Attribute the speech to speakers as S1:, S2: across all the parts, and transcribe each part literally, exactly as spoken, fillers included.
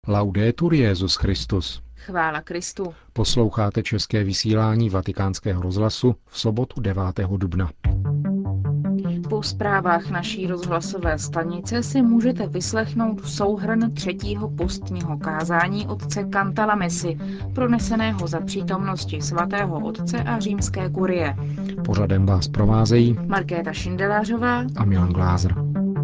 S1: Laudetur Jesus Christus.
S2: Chvála Kristu.
S1: Posloucháte české vysílání Vatikánského rozhlasu v sobotu devátého dubna.
S2: Po zprávách naší rozhlasové stanice si můžete vyslechnout souhrn třetího postního kázání otce Cantalamessy, proneseného za přítomnosti svatého otce a římské kurie.
S1: Pořadem vás provázejí
S2: Markéta Šindelářová
S1: a Milan Glázer.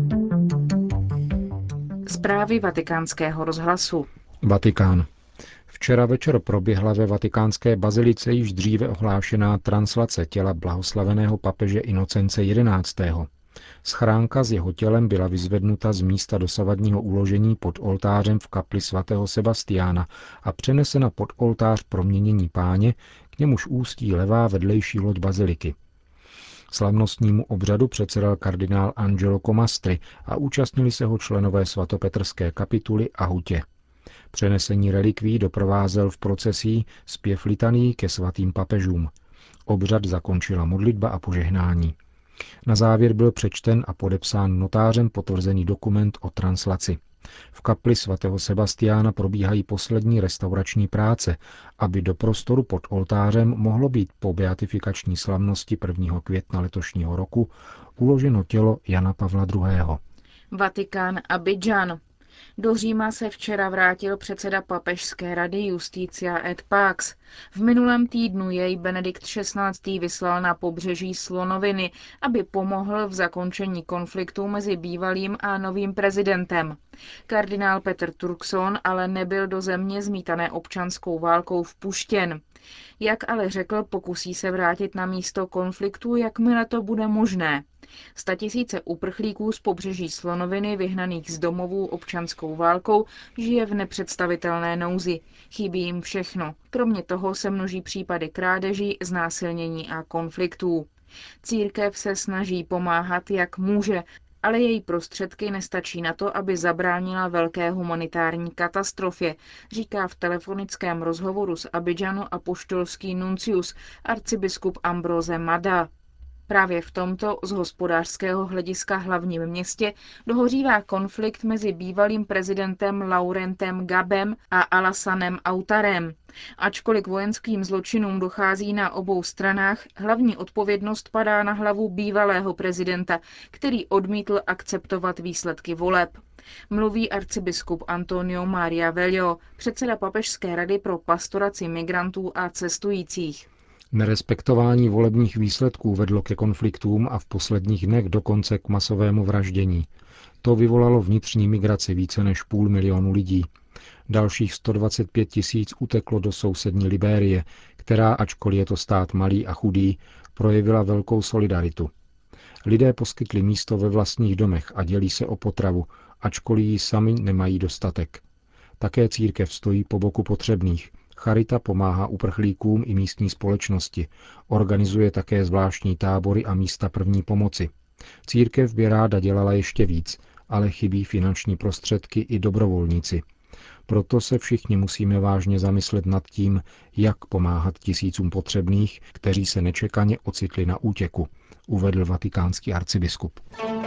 S2: Zprávy Vatikánského rozhlasu.
S1: Vatikán. Včera večer proběhla ve vatikánské bazilice již dříve ohlášená translace těla blahoslaveného papeže Inocence jedenáctého. Schránka s jeho tělem byla vyzvednuta z místa dosavadního uložení pod oltářem v kapli svatého Sebastiána a přenesena pod oltář Proměnění Páně, k němuž ústí levá vedlejší loď baziliky. Slavnostnímu obřadu předsedal kardinál Angelo Comastri a účastnili se ho členové svatopetrské kapituly a hutě. Přenesení relikví doprovázel v procesí zpěv litanii ke svatým papežům. Obřad zakončila modlitba a požehnání. Na závěr byl přečten a podepsán notářem potvrzený dokument o translaci. V kapli svatého Sebastiána probíhají poslední restaurační práce, aby do prostoru pod oltářem mohlo být po beatifikační slavnosti prvního května letošního roku uloženo tělo Jana Pavla druhého.
S2: Vatikán, Abidjan. Do Říma se včera vrátil předseda papežské rady Justitia et Pax. V minulém týdnu jej Benedikt šestnáctý vyslal na pobřeží Slonoviny, aby pomohl v zakončení konfliktu mezi bývalým a novým prezidentem. Kardinál Peter Turkson ale nebyl do země zmítané občanskou válkou vpuštěn. Jak ale řekl, pokusí se vrátit na místo konfliktu, jakmile to bude možné. Statisíce uprchlíků z pobřeží Slonoviny, vyhnaných z domovů občanskou válkou, žije v nepředstavitelné nouzi. Chybí jim všechno. Kromě toho se množí případy krádeží, znásilnění a konfliktů. Církev se snaží pomáhat, jak může, ale její prostředky nestačí na to, aby zabránila velké humanitární katastrofě, říká v telefonickém rozhovoru z Abidjanu apoštolský nuncius arcibiskup Ambrose Mada. Právě v tomto z hospodářského hlediska hlavním městě dohořívá konflikt mezi bývalým prezidentem Laurentem Gbagem a Alassanem Ouattarem. Ačkoliv k vojenským zločinům dochází na obou stranách, hlavní odpovědnost padá na hlavu bývalého prezidenta, který odmítl akceptovat výsledky voleb. Mluví arcibiskup Antonio Maria Velho, předseda papežské rady pro pastoraci migrantů a cestujících.
S1: Nerespektování volebních výsledků vedlo ke konfliktům a v posledních dnech dokonce k masovému vraždění. To vyvolalo vnitřní migraci více než půl milionu lidí. Dalších sto dvacet pět tisíc uteklo do sousední Libérie, která, ačkoliv je to stát malý a chudý, projevila velkou solidaritu. Lidé poskytli místo ve vlastních domech a dělí se o potravu, ačkoliv ji sami nemají dostatek. Také církev stojí po boku potřebných. Charita pomáhá uprchlíkům i místní společnosti. Organizuje také zvláštní tábory a místa první pomoci. Církev by ráda dělala ještě víc, ale chybí finanční prostředky i dobrovolníci. Proto se všichni musíme vážně zamyslet nad tím, jak pomáhat tisícům potřebných, kteří se nečekaně ocitli na útěku, uvedl vatikánský arcibiskup.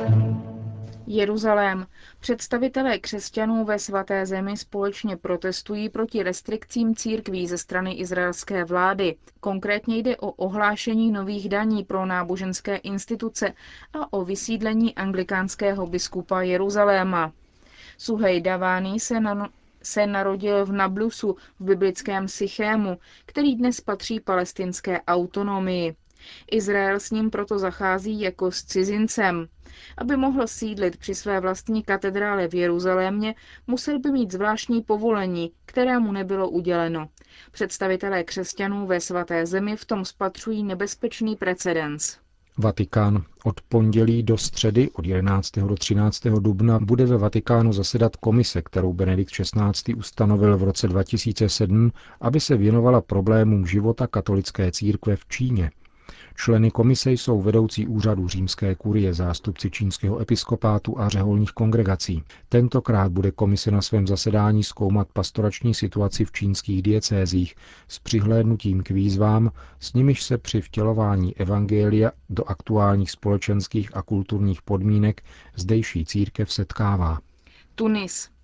S2: Jeruzalém. Představitelé křesťanů ve svaté zemi společně protestují proti restrikcím církví ze strany izraelské vlády. Konkrétně jde o ohlášení nových daní pro náboženské instituce a o vysídlení anglikánského biskupa Jeruzaléma. Suhej Davání se, na, se narodil v Nablusu v biblickém Sychému, který dnes patří palestinské autonomii. Izrael s ním proto zachází jako s cizincem. Aby mohl sídlit při své vlastní katedrále v Jeruzalémě, musel by mít zvláštní povolení, které mu nebylo uděleno. Představitelé křesťanů ve svaté zemi v tom spatřují nebezpečný precedens.
S1: Vatikán. Od pondělí do středy od jedenáctého do třináctého dubna bude ve Vatikánu zasedat komise, kterou Benedikt šestnáctý ustanovil v roce dva tisíce sedm, aby se věnovala problémům života katolické církve v Číně. Členy komise jsou vedoucí úřadu římské kurie, zástupci čínského episkopátu a řeholních kongregací. Tentokrát bude komise na svém zasedání zkoumat pastorační situaci v čínských diecézích s přihlédnutím k výzvám, s nimiž se při vtělování evangelia do aktuálních společenských a kulturních podmínek zdejší církev setkává.
S2: Tunis.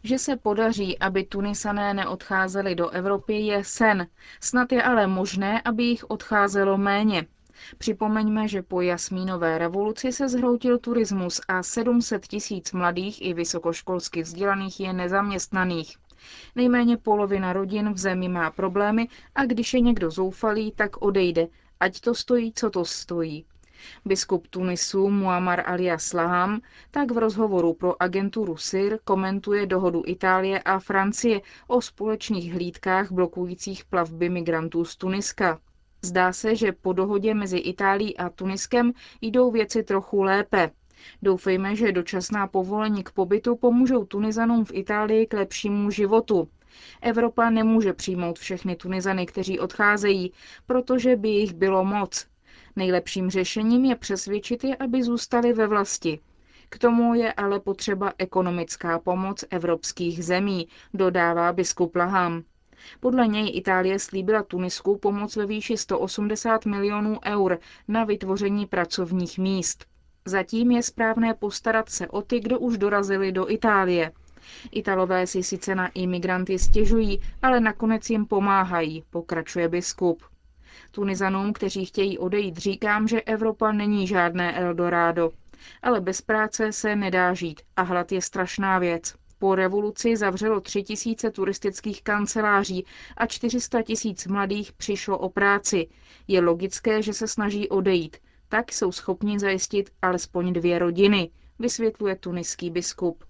S2: Že se podaří, aby Tunisané neodcházeli do Evropy, je sen. Snad je ale možné, aby jich odcházelo méně. Připomeňme, že po Jasmínové revoluci se zhroutil turismus a sedm set tisíc mladých i vysokoškolsky vzdělaných je nezaměstnaných. Nejméně polovina rodin v zemi má problémy a když je někdo zoufalý, tak odejde, ať to stojí, co to stojí. Biskup Tunisu Muammar alias Laham tak v rozhovoru pro agenturu S I R komentuje dohodu Itálie a Francie o společných hlídkách blokujících plavby migrantů z Tuniska. Zdá se, že po dohodě mezi Itálií a Tuniskem jdou věci trochu lépe. Doufejme, že dočasná povolení k pobytu pomůžou Tunizanům v Itálii k lepšímu životu. Evropa nemůže přijmout všechny Tunizany, kteří odcházejí, protože by jich bylo moc. Nejlepším řešením je přesvědčit je, aby zůstali ve vlasti. K tomu je ale potřeba ekonomická pomoc evropských zemí, dodává biskup Laham. Podle něj Itálie slíbila Tunisku pomoc ve výši sto osmdesát milionů eur na vytvoření pracovních míst. Zatím je správné postarat se o ty, kdo už dorazili do Itálie. Italové si sice na imigranty stěžují, ale nakonec jim pomáhají, pokračuje biskup. Tunizanům, kteří chtějí odejít, říkám, že Evropa není žádné Eldorado. Ale bez práce se nedá žít a hlad je strašná věc. Po revoluci zavřelo tři tisíce turistických kanceláří a čtyři sta tisíc mladých přišlo o práci. Je logické, že se snaží odejít. Tak jsou schopni zajistit alespoň dvě rodiny, vysvětluje tuniský biskup.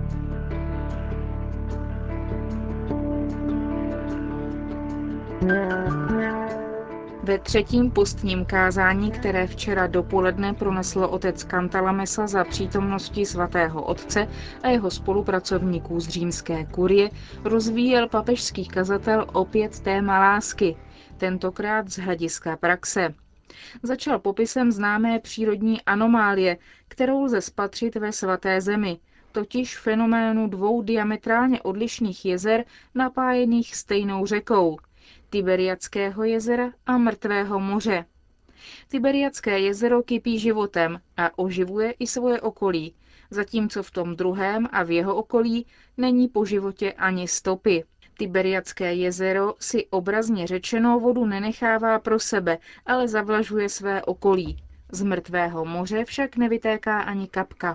S2: Ve třetím postním kázání, které včera dopoledne pronesl otec Cantalamessa za přítomnosti svatého otce a jeho spolupracovníků z římské kurie, rozvíjel papežský kazatel opět téma lásky, tentokrát z hlediska praxe. Začal popisem známé přírodní anomálie, kterou lze spatřit ve svaté zemi, totiž fenoménu dvou diametrálně odlišných jezer napájených stejnou řekou, Tiberiadského jezera a Mrtvého moře. Tiberiadské jezero kypí životem a oživuje i svoje okolí, zatímco v tom druhém a v jeho okolí není po životě ani stopy. Tiberiadské jezero si obrazně řečeno vodu nenechává pro sebe, ale zavlažuje své okolí. Z Mrtvého moře však nevytéká ani kapka.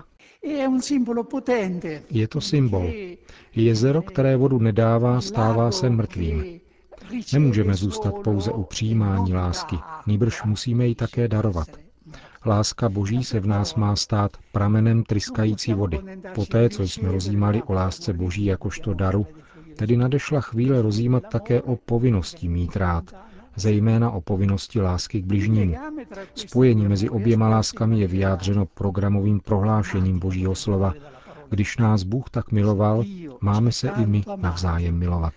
S1: Je to symbol. Jezero, které vodu nedává, stává se mrtvým. Nemůžeme zůstat pouze u přijímání lásky, nýbrž musíme ji také darovat. Láska Boží se v nás má stát pramenem tryskající vody. Poté, co jsme rozjímali o lásce Boží jakožto daru, tedy nadešla chvíle rozjímat také o povinnosti mít rád, zejména o povinnosti lásky k bližnímu. Spojení mezi oběma láskami je vyjádřeno programovým prohlášením Božího slova. Když nás Bůh tak miloval, máme se i my navzájem milovat.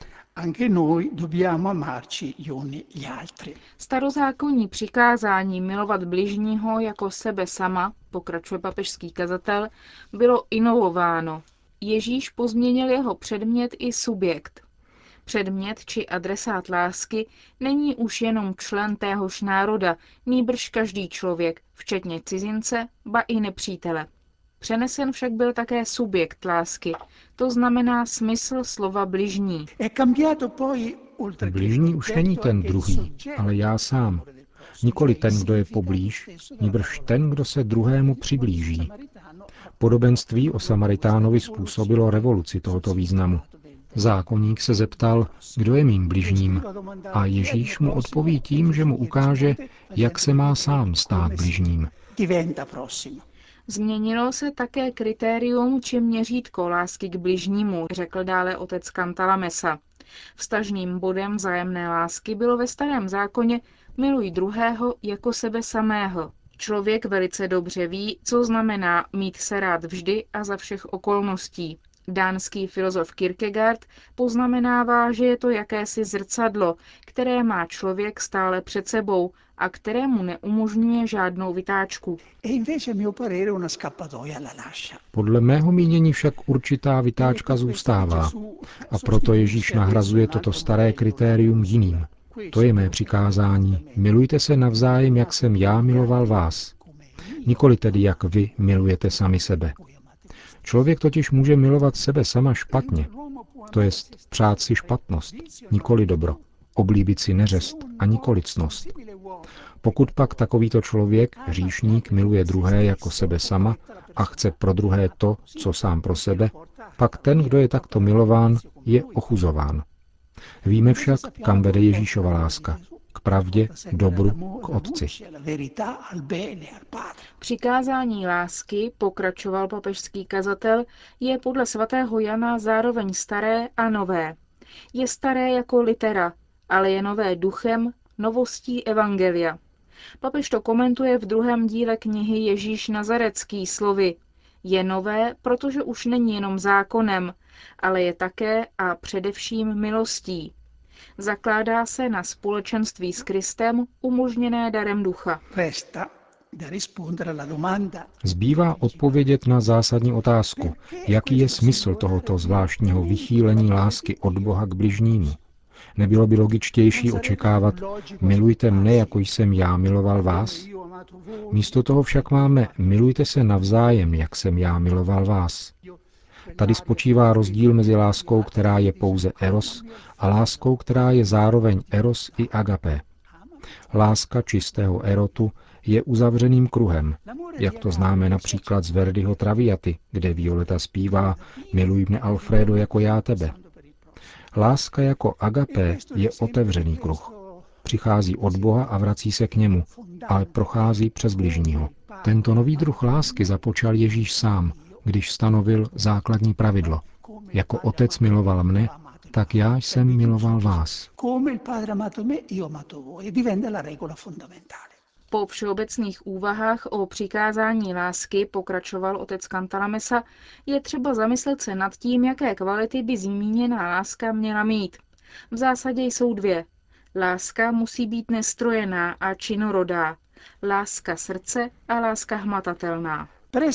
S2: Starozákonní přikázání milovat bližního jako sebe sama, pokračuje papežský kazatel, bylo inovováno. Ježíš pozměnil jeho předmět i subjekt. Předmět či adresát lásky není už jenom člen téhož národa, nýbrž každý člověk, včetně cizince, ba i nepřítele. Přenesen však byl také subjekt lásky, to znamená smysl slova bližní.
S1: Bližní už není ten druhý, ale já sám. Nikoli ten, kdo je poblíž, nýbrž ten, kdo se druhému přiblíží. Podobenství o Samaritánovi způsobilo revoluci tohoto významu. Zákonník se zeptal, kdo je mým bližním, a Ježíš mu odpoví tím, že mu ukáže, jak se má sám stát bližním.
S2: Změnilo se také kritérium či měřítko lásky k bližnímu, řekl dále otec Cantalamessa. Vztažným bodem vzájemné lásky bylo ve Starém zákoně miluj druhého jako sebe samého. Člověk velice dobře ví, co znamená mít se rád vždy a za všech okolností. Dánský filozof Kierkegaard poznamenává, že je to jakési zrcadlo, které má člověk stále před sebou a kterému neumožňuje žádnou vytáčku.
S1: Podle mého mínění však určitá vytáčka zůstává a proto Ježíš nahrazuje toto staré kritérium jiným. To je mé přikázání. Milujte se navzájem, jak jsem já miloval vás. Nikoli tedy, jak vy milujete sami sebe. Člověk totiž může milovat sebe sama špatně, to jest přát si špatnost, nikoli dobro, oblíbit si neřest a nikoli ctnost. Pokud pak takovýto člověk, hříšník, miluje druhé jako sebe sama a chce pro druhé to, co sám pro sebe, pak ten, kdo je takto milován, je ochuzován. Víme však, kam vede Ježíšova láska. K pravdě, dobru, k Otci.
S2: Přikázání lásky, pokračoval papežský kazatel, je podle svatého Jana zároveň staré a nové. Je staré jako litera, ale je nové duchem, novostí evangelia. Papež to komentuje v druhém díle knihy Ježíš Nazarecký slovy. Je nové, protože už není jenom zákonem, ale je také a především milostí. Zakládá se na společenství s Kristem, umožněné darem ducha.
S1: Zbývá odpovědět na zásadní otázku, jaký je smysl tohoto zvláštního vychýlení lásky od Boha k bližnímu. Nebylo by logičtější očekávat, milujte mne, jako jsem já miloval vás? Místo toho však máme, milujte se navzájem, jak jsem já miloval vás. Tady spočívá rozdíl mezi láskou, která je pouze eros, a láskou, která je zároveň eros i agapé. Láska čistého erotu je uzavřeným kruhem, jak to známe například z Verdiho Traviaty, kde Violeta zpívá Miluj mne, Alfredo, jako já tebe. Láska jako agapé je otevřený kruh. Přichází od Boha a vrací se k němu, ale prochází přes bližního. Tento nový druh lásky započal Ježíš sám, když stanovil základní pravidlo. Jako Otec miloval mne, tak já jsem miloval vás.
S2: Po všeobecných úvahách o přikázání lásky, pokračoval otec Cantalamessa, je třeba zamyslet se nad tím, jaké kvality by zmíněná láska měla mít. V zásadě jsou dvě. Láska musí být nestrojená a činorodá. Láska srdce a láska hmatatelná.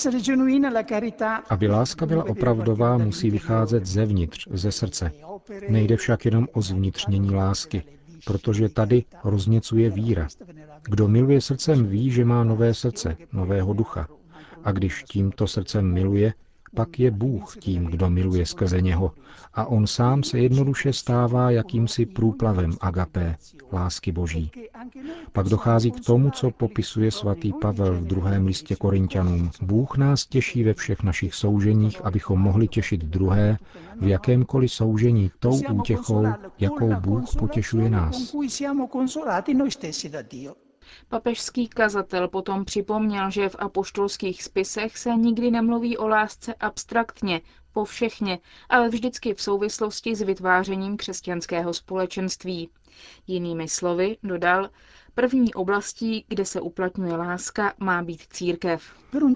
S1: Aby láska byla opravdová, musí vycházet zevnitř, ze srdce. Nejde však jenom o zvnitřnění lásky, protože tady rozněcuje víra. Kdo miluje srdcem, ví, že má nové srdce, nového ducha. A když tímto srdcem miluje, pak je Bůh tím, kdo miluje skrze něho. A on sám se jednoduše stává jakýmsi průplavem agapé, lásky Boží. Pak dochází k tomu, co popisuje svatý Pavel v druhém listě Korinťanům. Bůh nás těší ve všech našich souženích, abychom mohli těšit druhé v jakémkoliv soužení tou útěchou, jakou Bůh potěšuje nás.
S2: Papežský kazatel potom připomněl, že v apoštolských spisech se nikdy nemluví o lásce abstraktně, povšechně, ale vždycky v souvislosti s vytvářením křesťanského společenství. Jinými slovy, dodal, první oblastí, kde se uplatňuje láska, má být církev.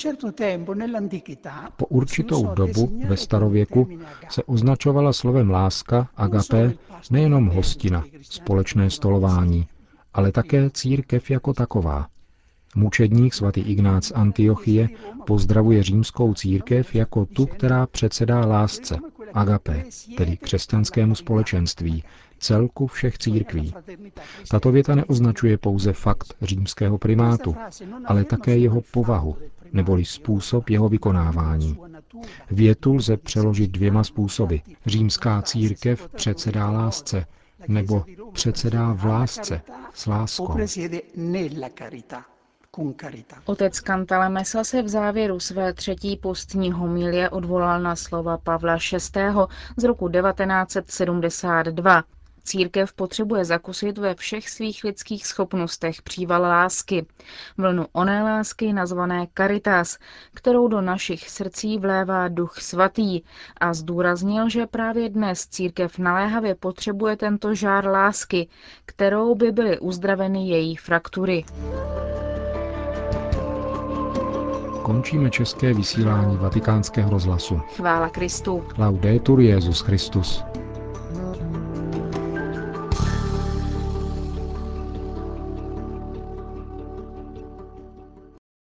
S1: Po určitou dobu ve starověku se označovala slovem láska, agapé, nejenom hostina, společné stolování, ale také církev jako taková. Mučedník svatý Ignác z Antiochie pozdravuje římskou církev jako tu, která předsedá lásce, agapé, tedy křesťanskému společenství, celku všech církví. Tato věta neoznačuje pouze fakt římského primátu, ale také jeho povahu, neboli způsob jeho vykonávání. Větu lze přeložit dvěma způsoby. Římská církev předsedá lásce, nebo předsedá v lásce, s láskou.
S2: Otec Cantalamessa se v závěru své třetí postní homilie odvolal na slova Pavla šestého z roku devatenáct set sedmdesát dva. Církev potřebuje zakusit ve všech svých lidských schopnostech příval lásky, vlnu oné lásky nazvané caritas, kterou do našich srdcí vlévá Duch Svatý, a zdůraznil, že právě dnes církev naléhavě potřebuje tento žár lásky, kterou by byly uzdraveny její fraktury.
S1: Končíme české vysílání Vatikánského rozhlasu.
S2: Chvála Kristu.
S1: Laudetur Jesus Christus.